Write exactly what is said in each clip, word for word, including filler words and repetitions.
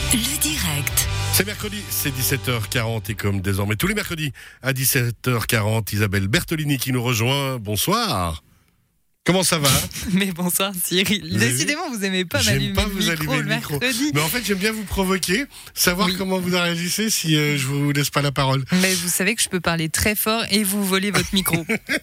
Le direct. C'est mercredi, c'est dix-sept heures quarante et comme désormais tous les mercredis à dix-sept heures quarante, Isabelle Bertolini qui nous rejoint. Bonsoir. Comment ça va? Mais bonsoir Cyril. Vous Décidément, vous aimez pas m'allumer pas le vous micro allumer le le micro. mercredi. Mais en fait, j'aime bien vous provoquer, savoir Oui. comment vous réagissez si euh, je vous laisse pas la parole. Mais vous savez que je peux parler très fort et vous voler votre micro.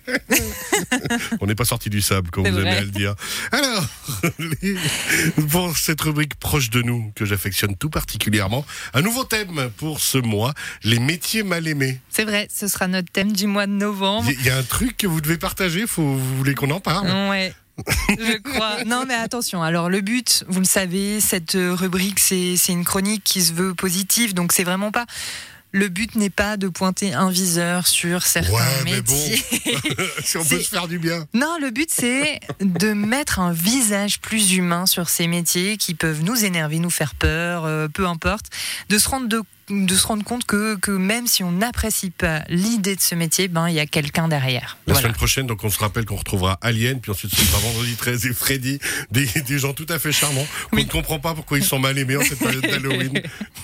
On n'est pas sorti du sable, comme C'est vous aimez vrai. à le dire. Alors, les- pour cette rubrique proche de nous, que j'affectionne tout particulièrement, un nouveau thème pour ce mois, les métiers mal aimés. C'est vrai, ce sera notre thème du mois de novembre. Il y, y a un truc que vous devez partager, faut, vous voulez qu'on en parle? Ouais. Je crois. Non, mais attention. Alors, le but, vous le savez, cette rubrique, c'est, c'est une chronique qui se veut positive. Donc, c'est vraiment pas. Le but n'est pas de pointer un viseur sur certains Ouais, mais bon. métiers. Si on C'est- peut se faire du bien. Non, le but, c'est de mettre un visage plus humain sur ces métiers qui peuvent nous énerver, nous faire peur, euh, peu importe. De se rendre de de se rendre compte que, que même si on n'apprécie pas l'idée de ce métier, ben il y a quelqu'un derrière. La Voilà. semaine prochaine, donc on se rappelle qu'on retrouvera Alien, puis ensuite ce sera vendredi treize et Freddy, des, des gens tout à fait charmants. On Oui. ne comprend pas pourquoi ils sont mal aimés en cette période d'Halloween.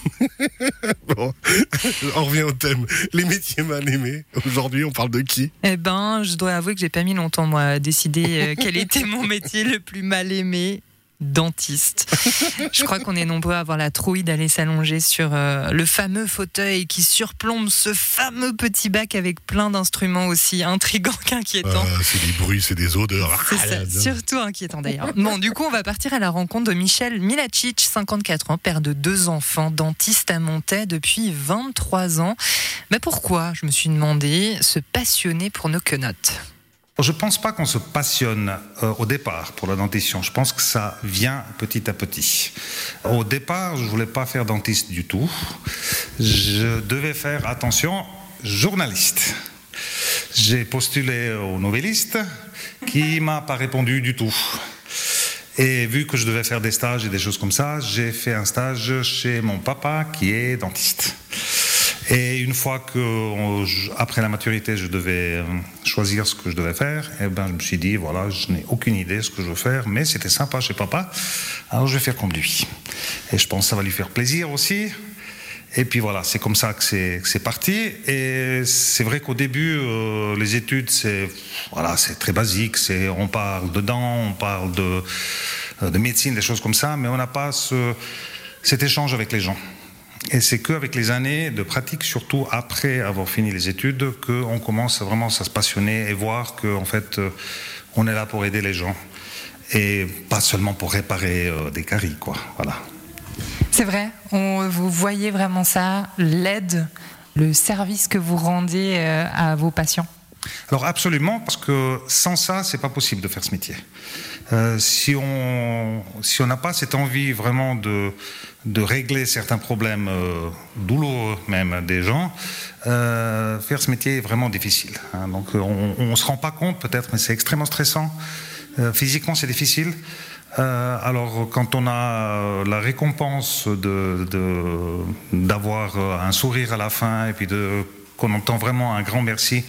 Bon, on revient au thème. Les métiers mal aimés. Aujourd'hui, on parle de qui? Eh ben, je dois avouer que j'ai pas mis longtemps moi à décider euh, quel était mon métier le plus mal aimé. Dentiste. Je crois qu'on est nombreux à avoir la trouille d'aller s'allonger sur euh, le fameux fauteuil qui surplombe ce fameux petit bac avec plein d'instruments aussi intrigants qu'inquiétants. Euh, C'est des bruits, c'est des odeurs. C'est Ah, ça, là, là. surtout inquiétant d'ailleurs. Bon, du coup, on va partir à la rencontre de Michel Milacic, cinquante-quatre ans, père de deux enfants, dentiste à Montaix depuis vingt-trois ans. Mais pourquoi, je me suis demandé, se passionner pour nos quenottes? Je ne pense pas qu'on se passionne euh, au départ pour la dentition. Je pense que ça vient petit à petit. Au départ, je ne voulais pas faire dentiste du tout. Je devais faire, attention, journaliste. J'ai postulé au Nouvelliste qui m'a pas répondu du tout. Et vu que je devais faire des stages et des choses comme ça, j'ai fait un stage chez mon papa qui est dentiste. Et une fois que, on- je- après la maturité, je devais euh, choisir ce que je devais faire, et ben, je me suis dit, voilà, je n'ai aucune idée de ce que je veux faire, mais c'était sympa chez papa, alors je vais faire comme lui. Et je pense que ça va lui faire plaisir aussi. Et puis voilà, c'est comme ça que c'est, que c'est parti. Et c'est vrai qu'au début, euh, les études, c'est, voilà, c'est très basique. C'est, on parle de dents, on parle de, euh, de médecine, des choses comme ça, mais on n'a pas ce, cet échange avec les gens. Et c'est qu'avec les années de pratique, surtout après avoir fini les études, qu'on commence vraiment à se passionner et voir qu'en fait, euh, on est là pour aider les gens. Et pas seulement pour réparer euh, des caries, quoi. Voilà. C'est vrai, on, vous voyez vraiment ça, l'aide, le service que vous rendez euh, à vos patients. Alors absolument, parce que sans ça, c'est pas possible de faire ce métier. Euh, si on si on n'a pas cette envie vraiment de de régler certains problèmes euh, douloureux même des gens, euh, faire ce métier est vraiment difficile. Hein. Donc on, on se rend pas compte peut-être, mais c'est extrêmement stressant. Euh, physiquement, c'est difficile. Euh, alors quand on a euh, la récompense de, de d'avoir euh, un sourire à la fin et puis de qu'on entend vraiment un grand merci,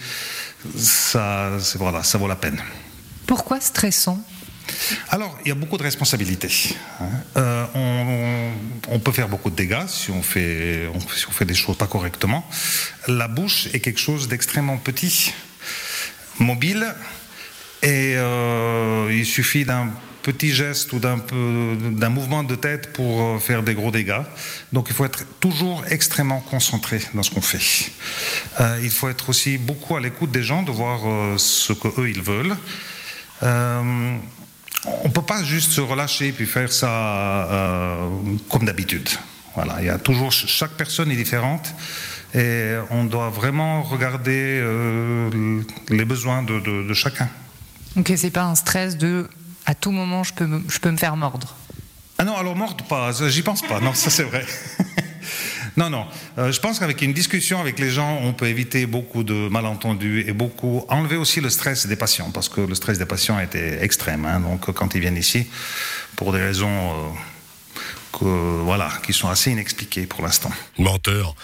ça c'est, voilà, ça vaut la peine. Pourquoi stressant? Alors, il y a beaucoup de responsabilités. hein. Euh, on, on peut faire beaucoup de dégâts si on fait, on- si on fait des choses pas correctement. La bouche est quelque chose d'extrêmement petit, mobile, et euh, il suffit d'un petit geste ou d'un, peu, d'un mouvement de tête pour faire des gros dégâts. Donc il faut être toujours extrêmement concentré dans ce qu'on fait. Euh, il faut être aussi beaucoup à l'écoute des gens, de voir euh, ce qu'eux ils veulent. Euh, on ne peut pas juste se relâcher puis faire ça euh, comme d'habitude. Voilà, il y a toujours, chaque personne est différente et on doit vraiment regarder euh, les besoins de, de, de chacun. Donc c'est pas un stress de à tout moment je peux me, je peux me faire mordre. Ah non, alors mordre pas, j'y pense pas, non, ça c'est vrai. Non, non, euh, je pense qu'avec une discussion avec les gens, on peut éviter beaucoup de malentendus et beaucoup enlever aussi le stress des patients, parce que le stress des patients était extrême. Hein, donc quand ils viennent ici, pour des raisons euh, que, voilà, qui sont assez inexpliquées pour l'instant. Menteur.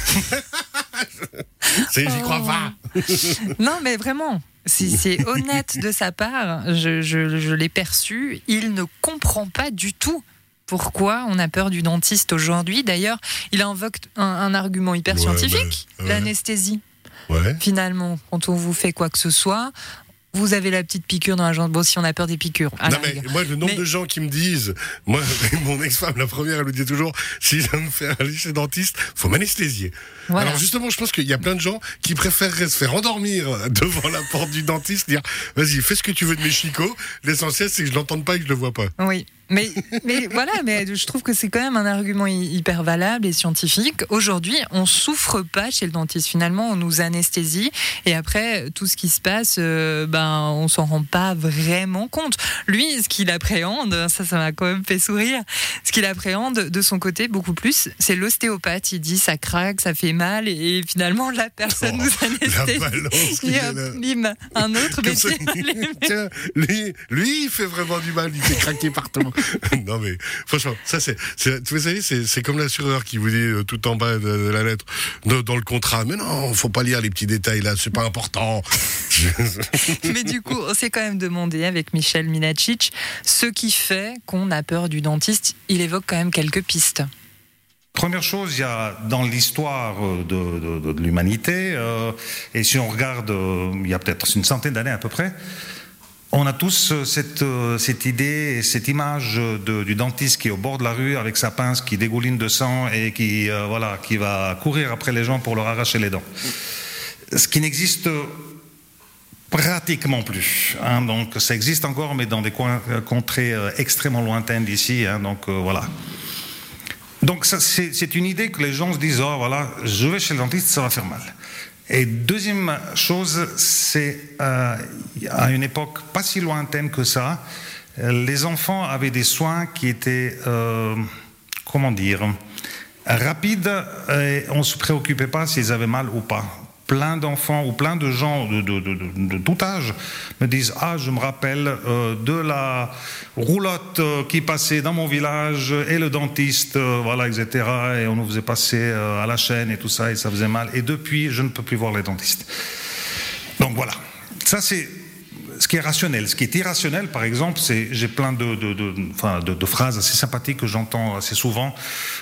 C'est, j'y crois pas. Non, mais vraiment, si c'est honnête de sa part, je, je, je l'ai perçu, il ne comprend pas du tout pourquoi on a peur du dentiste aujourd'hui. D'ailleurs, il invoque un, un argument hyper Ouais, scientifique, bah, ouais. l'anesthésie. Ouais. Finalement, quand on vous fait quoi que ce soit, vous avez la petite piqûre dans la jambe. Bon, si on a peur des piqûres. à Non la mais rigueur. moi le nombre Mais- de gens qui me disent, moi mon ex-femme la première elle me dit toujours si je me fais aller chez le dentiste, faut m'anesthésier. Voilà. Alors justement je pense qu'il y a plein de gens qui préféreraient se faire endormir devant la porte du dentiste, dire vas-y fais ce que tu veux de mes chicots, l'essentiel c'est que je l'entende pas et que je le vois pas. Oui, mais, mais voilà, mais je trouve que c'est quand même un argument hy- hyper valable et scientifique. Aujourd'hui, on souffre pas chez le dentiste. Finalement, on nous anesthésie et après, tout ce qui se passe, euh, ben, on s'en rend pas vraiment compte. Lui, ce qu'il appréhende, ça, ça m'a quand même fait sourire. Ce qu'il appréhende de son côté beaucoup plus, c'est l'ostéopathe. Il dit ça craque, ça fait mal et finalement, la personne Oh, nous La anesthésie. balance qu'il Et y a hop, là. bim, un autre Comme ça, métier mal aimé. tiens, lui, lui, il fait vraiment du mal, il fait craquer partout. Non mais, franchement, ça c'est, c'est vous savez, c'est, c'est comme l'assureur qui vous dit euh, tout en bas de, de la lettre, de- dans le contrat, mais non, faut pas lire les petits détails là, c'est pas important. Mais du coup, on s'est quand même demandé avec Michel Minacic ce qui fait qu'on a peur du dentiste. Il évoque quand même quelques pistes. Première chose, il y a dans l'histoire de, de, de, de l'humanité, euh, et si on regarde, euh, il y a peut-être une centaine d'années à peu près, on a tous cette, cette idée et cette image de, du dentiste qui est au bord de la rue avec sa pince qui dégouline de sang et qui, euh, voilà, qui va courir après les gens pour leur arracher les dents. Ce qui n'existe pratiquement plus. Hein, donc ça existe encore, mais dans des coins, contrées euh, extrêmement lointaines d'ici. Hein, donc euh, voilà. Donc ça, c'est, c'est une idée que les gens se disent, oh voilà, je vais chez le dentiste, ça va faire mal. Et deuxième chose, c'est euh, à une époque pas si lointaine que ça, les enfants avaient des soins qui étaient, euh, comment dire, rapides, et on ne se préoccupait pas s'ils avaient mal ou pas. Plein d'enfants ou plein de gens de, de, de, de, de tout âge me disent « Ah, je me rappelle euh, de la roulotte euh, qui passait dans mon village et le dentiste, euh, voilà, et cetera. Et on nous faisait passer euh, à la chaîne et tout ça, et ça faisait mal. Et depuis, je ne peux plus voir les dentistes. » Donc voilà. Ça, c'est ce qui est rationnel. Ce qui est irrationnel, par exemple, c'est j'ai plein de, de, de, enfin, de, de phrases assez sympathiques que j'entends assez souvent.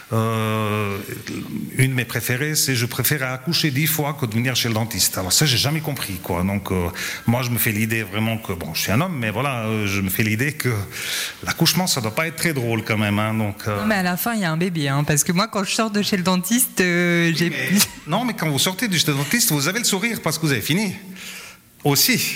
Euh, une de mes préférées, c'est « je préfère accoucher dix fois que de venir chez le dentiste ». Alors ça, j'ai jamais compris, quoi. Donc euh, moi, je me fais l'idée vraiment que, bon, je suis un homme, mais voilà, euh, je me fais l'idée que l'accouchement, ça doit pas être très drôle quand même. Hein, donc, euh... Non, mais à la fin, il y a un bébé, hein, parce que moi, quand je sors de chez le dentiste, euh, j'ai... Mais, non, mais quand vous sortez du chez le dentiste, vous avez le sourire parce que vous avez fini. Aussi.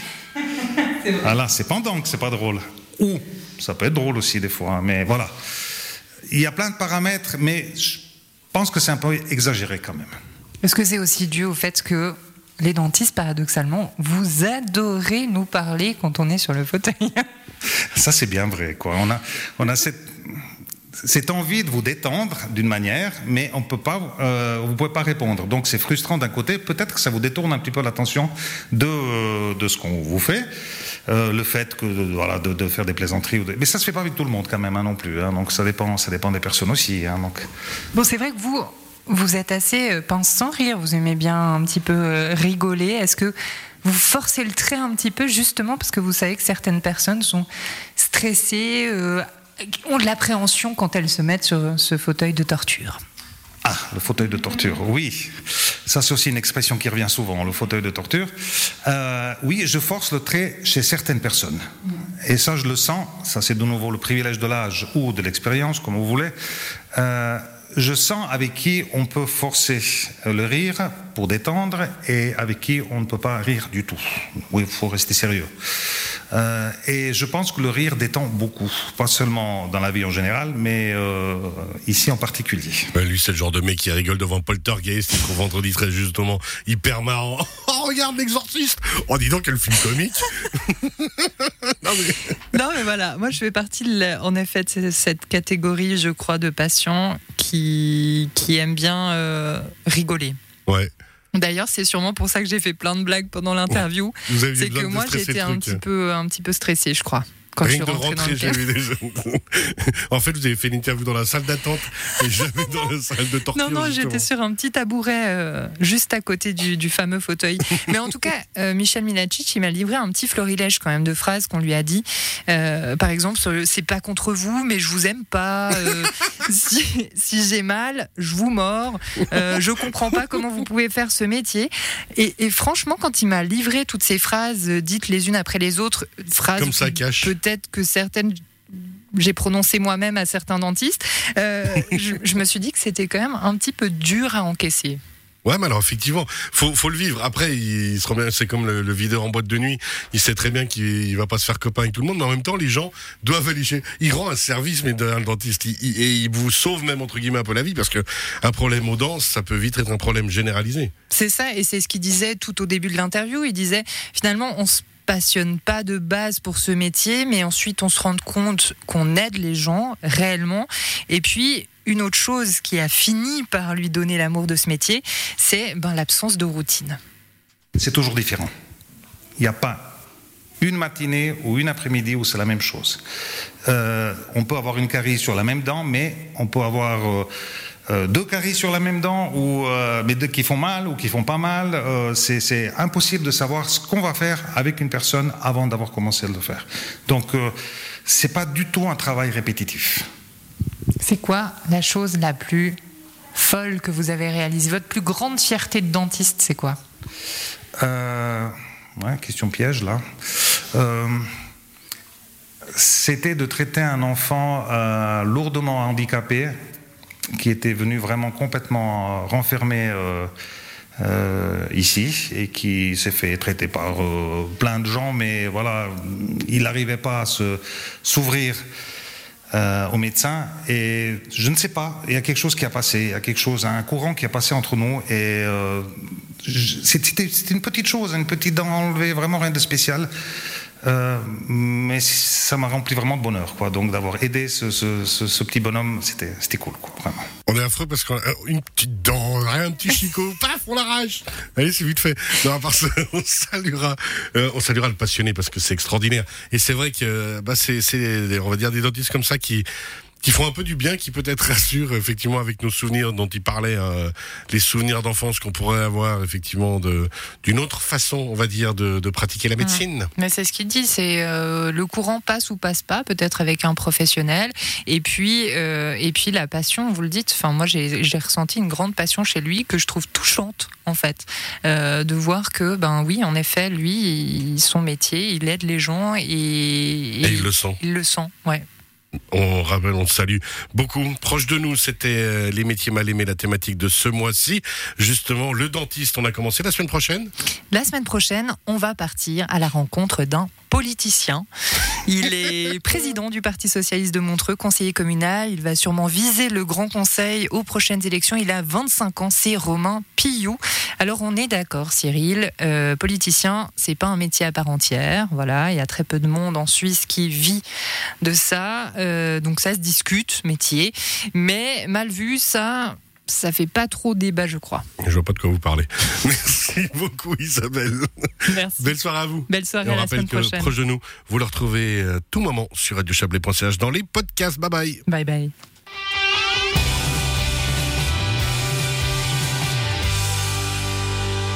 Voilà, c'est pendant que c'est pas drôle. Ou ça peut être drôle aussi des fois, hein, mais voilà. Il y a plein de paramètres, mais je pense que c'est un peu exagéré quand même. Est-ce que c'est aussi dû au fait que les dentistes, paradoxalement, vous adorez nous parler quand on est sur le fauteuil? Ça, c'est bien vrai, quoi. On a, on a cette, cette envie de vous détendre d'une manière, mais on peut pas, euh, vous ne pouvez pas répondre. Donc c'est frustrant d'un côté. Peut-être que ça vous détourne un petit peu l'attention de, euh, de ce qu'on vous fait. Euh, le fait que, de, voilà, de, de faire des plaisanteries. Ou de... Mais ça ne se fait pas avec tout le monde quand même, hein, non plus. Hein, donc ça dépend, ça dépend des personnes aussi. Hein, donc. Bon, c'est vrai que vous, vous êtes assez euh, pince sans rire. Vous aimez bien un petit peu euh, rigoler. Est-ce que vous forcez le trait un petit peu, justement, parce que vous savez que certaines personnes sont stressées, euh, ont de l'appréhension quand elles se mettent sur ce fauteuil de torture? Ah, le fauteuil de torture, oui. Ça, c'est aussi une expression qui revient souvent, le fauteuil de torture. Euh, oui, je force le trait chez certaines personnes. Et ça, je le sens. Ça, c'est de nouveau le privilège de l'âge ou de l'expérience, comme vous voulez. Euh, je sens avec qui on peut forcer le rire pour détendre et avec qui on ne peut pas rire du tout. Oui, il faut rester sérieux. Euh, et je pense que le rire détend beaucoup, pas seulement dans la vie en général, mais euh, ici en particulier. Ben lui, c'est le genre de mec qui rigole devant Poltergeist, il trouve vendredi très justement hyper marrant. Oh, regarde l'exorciste. Oh, dis donc, quel film comique. non, mais... non, mais voilà, moi je fais partie, de la, en effet, de cette catégorie, je crois, de patients qui, qui aiment bien euh, rigoler. Ouais. D'ailleurs, c'est sûrement pour ça que j'ai fait plein de blagues pendant l'interview. Vous avez C'est que moi, j'étais un petit peu, un petit peu stressée, je crois. Quand Rien je que suis de rentrée dans rentrer, le j'ai café. vu des gens. En fait, vous avez fait une interview dans la salle d'attente et jamais dans la salle de torture. Non, non, justement. j'étais sur un petit tabouret euh, juste à côté du, du fameux fauteuil. Mais en tout cas, euh, Michel Minacic, il m'a livré un petit florilège quand même de phrases qu'on lui a dit. Euh, par exemple, sur le, c'est pas contre vous, mais je vous aime pas. Euh, si si j'ai mal, je vous mords. Euh, je comprends pas comment vous pouvez faire ce métier. Et, et franchement, quand il m'a livré toutes ces phrases dites les unes après les autres, phrases Comme ça cache. peut-être que certaines j'ai prononcé moi-même à certains dentistes, euh, je, je me suis dit que c'était quand même un petit peu dur à encaisser. Ouais, mais alors effectivement, faut faut le vivre. Après, il, il se rend bien, c'est comme le, le videur en boîte de nuit. Il sait très bien qu'il il va pas se faire copain avec tout le monde, mais en même temps, les gens doivent aller chez. Il rend un service, mais d'un dentiste, il, il, et il vous sauve même entre guillemets un peu la vie, parce que un problème aux dents, ça peut vite être un problème généralisé. C'est ça, et c'est ce qu'il disait tout au début de l'interview. Il disait finalement, on se passionne pas de base pour ce métier, mais ensuite on se rend compte qu'on aide les gens réellement. Et puis une autre chose qui a fini par lui donner l'amour de ce métier, c'est ben, l'absence de routine. C'est toujours différent. Il n'y a pas une matinée ou une après-midi où c'est la même chose. Euh, on peut avoir une carie sur la même dent, mais on peut avoir euh, euh, deux caries sur la même dent, ou, euh, mais deux qui font mal ou qui font pas mal. Euh, c'est, c'est impossible de savoir ce qu'on va faire avec une personne avant d'avoir commencé à le faire. Donc, euh, c'est pas du tout un travail répétitif. C'est quoi la chose la plus folle que vous avez réalisée? Votre plus grande fierté de dentiste, c'est quoi? euh, ouais, question piège, là. Euh, c'était de traiter un enfant euh, lourdement handicapé, qui était venu vraiment complètement renfermé euh, euh, ici, et qui s'est fait traiter par euh, plein de gens, mais voilà, il n'arrivait pas à se, s'ouvrir Euh, au médecin, et je ne sais pas, il y a quelque chose qui a passé, il y a quelque chose, un courant qui a passé entre nous, et euh, c'était, c'était une petite chose, une petite dent enlevée, vraiment rien de spécial, euh, mais ça m'a rempli vraiment de bonheur, quoi. Donc d'avoir aidé ce, ce, ce, ce petit bonhomme, c'était, c'était cool, quoi, vraiment. On est affreux parce qu'une petite dent, un petit chicot, paf, on l'arrache. Allez, c'est vite fait. Non, à part ça, on saluera, euh, on saluera le passionné parce que c'est extraordinaire. Et c'est vrai que, bah, c'est, c'est, on va dire des dentistes comme ça qui, qui font un peu du bien, qui peut-être rassurent effectivement avec nos souvenirs dont il parlait, hein, les souvenirs d'enfance qu'on pourrait avoir effectivement de d'une autre façon, on va dire, de, de pratiquer la médecine. Mais c'est ce qu'il dit, c'est euh, le courant passe ou passe pas, peut-être avec un professionnel, et puis euh, et puis la passion, vous le dites. Enfin, moi j'ai j'ai ressenti une grande passion chez lui que je trouve touchante en fait, euh, de voir que ben oui, en effet, lui, il, son métier, il aide les gens et, et, Et il le sent. Il le sent, ouais. On rappelle, on te salue beaucoup. Proche de nous, c'était euh, les métiers mal aimés, la thématique de ce mois-ci. Justement, le dentiste, on a commencé la semaine prochaine. La semaine prochaine, on va partir à la rencontre d'un politicien. Il est président du Parti Socialiste de Montreux, conseiller communal. Il va sûrement viser le Grand Conseil aux prochaines élections. Il a vingt-cinq ans, c'est Romain Pilloux. Alors on est d'accord, Cyril, euh, politicien, c'est pas un métier à part entière. Voilà, il y a très peu de monde en Suisse qui vit de ça. Euh, donc ça se discute, métier. Mais mal vu, ça... ça fait pas trop débat, je crois. Je vois pas de quoi vous parlez. Merci beaucoup, Isabelle. Merci. Belle soirée à vous. Belle soirée, Et on à la rappelle semaine que prochaine. proche de nous, vous le retrouvez euh, tout moment sur radio chablais point c h dans les podcasts. Bye bye. Bye bye.